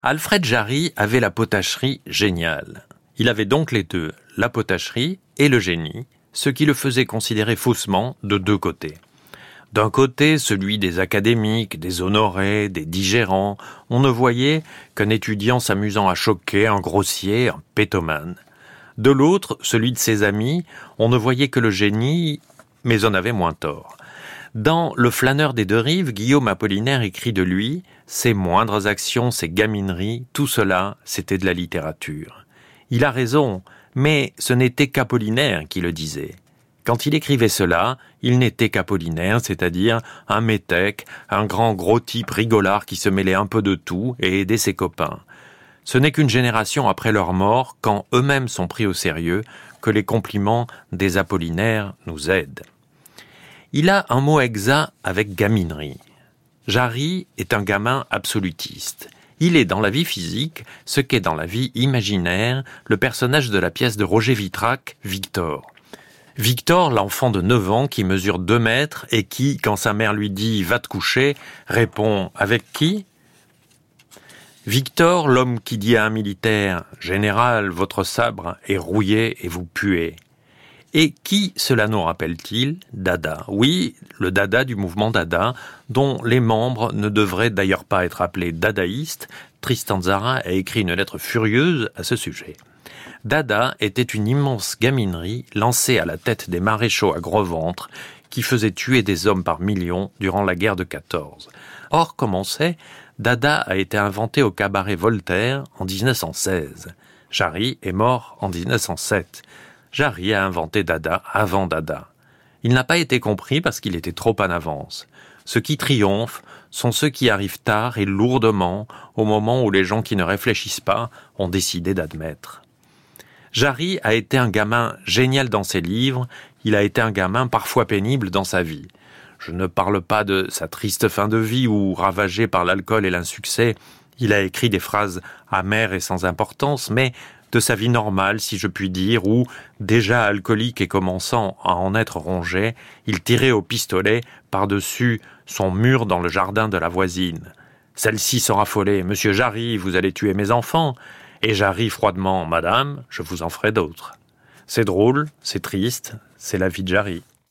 Alfred Jarry avait la potacherie géniale. Il avait donc les deux, la potacherie et le génie, ce qui le faisait considérer faussement de deux côtés. D'un côté, celui des académiques, des honorés, des digérants, on ne voyait qu'un étudiant s'amusant à choquer un grossier, un pétomane. De l'autre, celui de ses amis, on ne voyait que le génie, mais on avait moins tort. Dans Le flâneur des deux rives, Guillaume Apollinaire écrit de lui « Ses moindres actions, ses gamineries, tout cela, c'était de la littérature. » Il a raison, mais ce n'était qu'Apollinaire qui le disait. Quand il écrivait cela, il n'était qu'Apollinaire, c'est-à-dire un métèque, un grand gros type rigolard qui se mêlait un peu de tout et aidait ses copains. Ce n'est qu'une génération après leur mort, quand eux-mêmes sont pris au sérieux, que les compliments des Apollinaires nous aident. Il a un mot exact avec gaminerie. Jarry est un gamin absolutiste. Il est dans la vie physique ce qu'est dans la vie imaginaire le personnage de la pièce de Roger Vitrac, Victor. Victor, l'enfant de 9 ans qui mesure 2 mètres et qui, quand sa mère lui dit « va te coucher », répond « avec qui ?» Victor, l'homme qui dit à un militaire « Général, votre sabre est rouillé et vous puez ». Et qui cela nous rappelle-t-il ? Dada. Oui, le Dada du mouvement Dada, dont les membres ne devraient d'ailleurs pas être appelés dadaïstes. Tristan Tzara a écrit une lettre furieuse à ce sujet. Dada était une immense gaminerie lancée à la tête des maréchaux à gros ventre qui faisait tuer des hommes par millions durant la guerre de 14. Or, comme on sait, Dada a été inventé au cabaret Voltaire en 1916. Jarry est mort en 1907. Jarry a inventé Dada avant Dada. Il n'a pas été compris parce qu'il était trop en avance. Ceux qui triomphent sont ceux qui arrivent tard et lourdement au moment où les gens qui ne réfléchissent pas ont décidé d'admettre. Jarry a été un gamin génial dans ses livres, il a été un gamin parfois pénible dans sa vie. Je ne parle pas de sa triste fin de vie où, ravagé par l'alcool et l'insuccès, il a écrit des phrases amères et sans importance, mais de sa vie normale, si je puis dire, où, déjà alcoolique et commençant à en être rongé, il tirait au pistolet par-dessus son mur dans le jardin de la voisine. Celle-ci se raffolait « Monsieur Jarry, vous allez tuer mes enfants ?» Et Jarry froidement « Madame, je vous en ferai d'autres. » C'est drôle, c'est triste, c'est la vie de Jarry.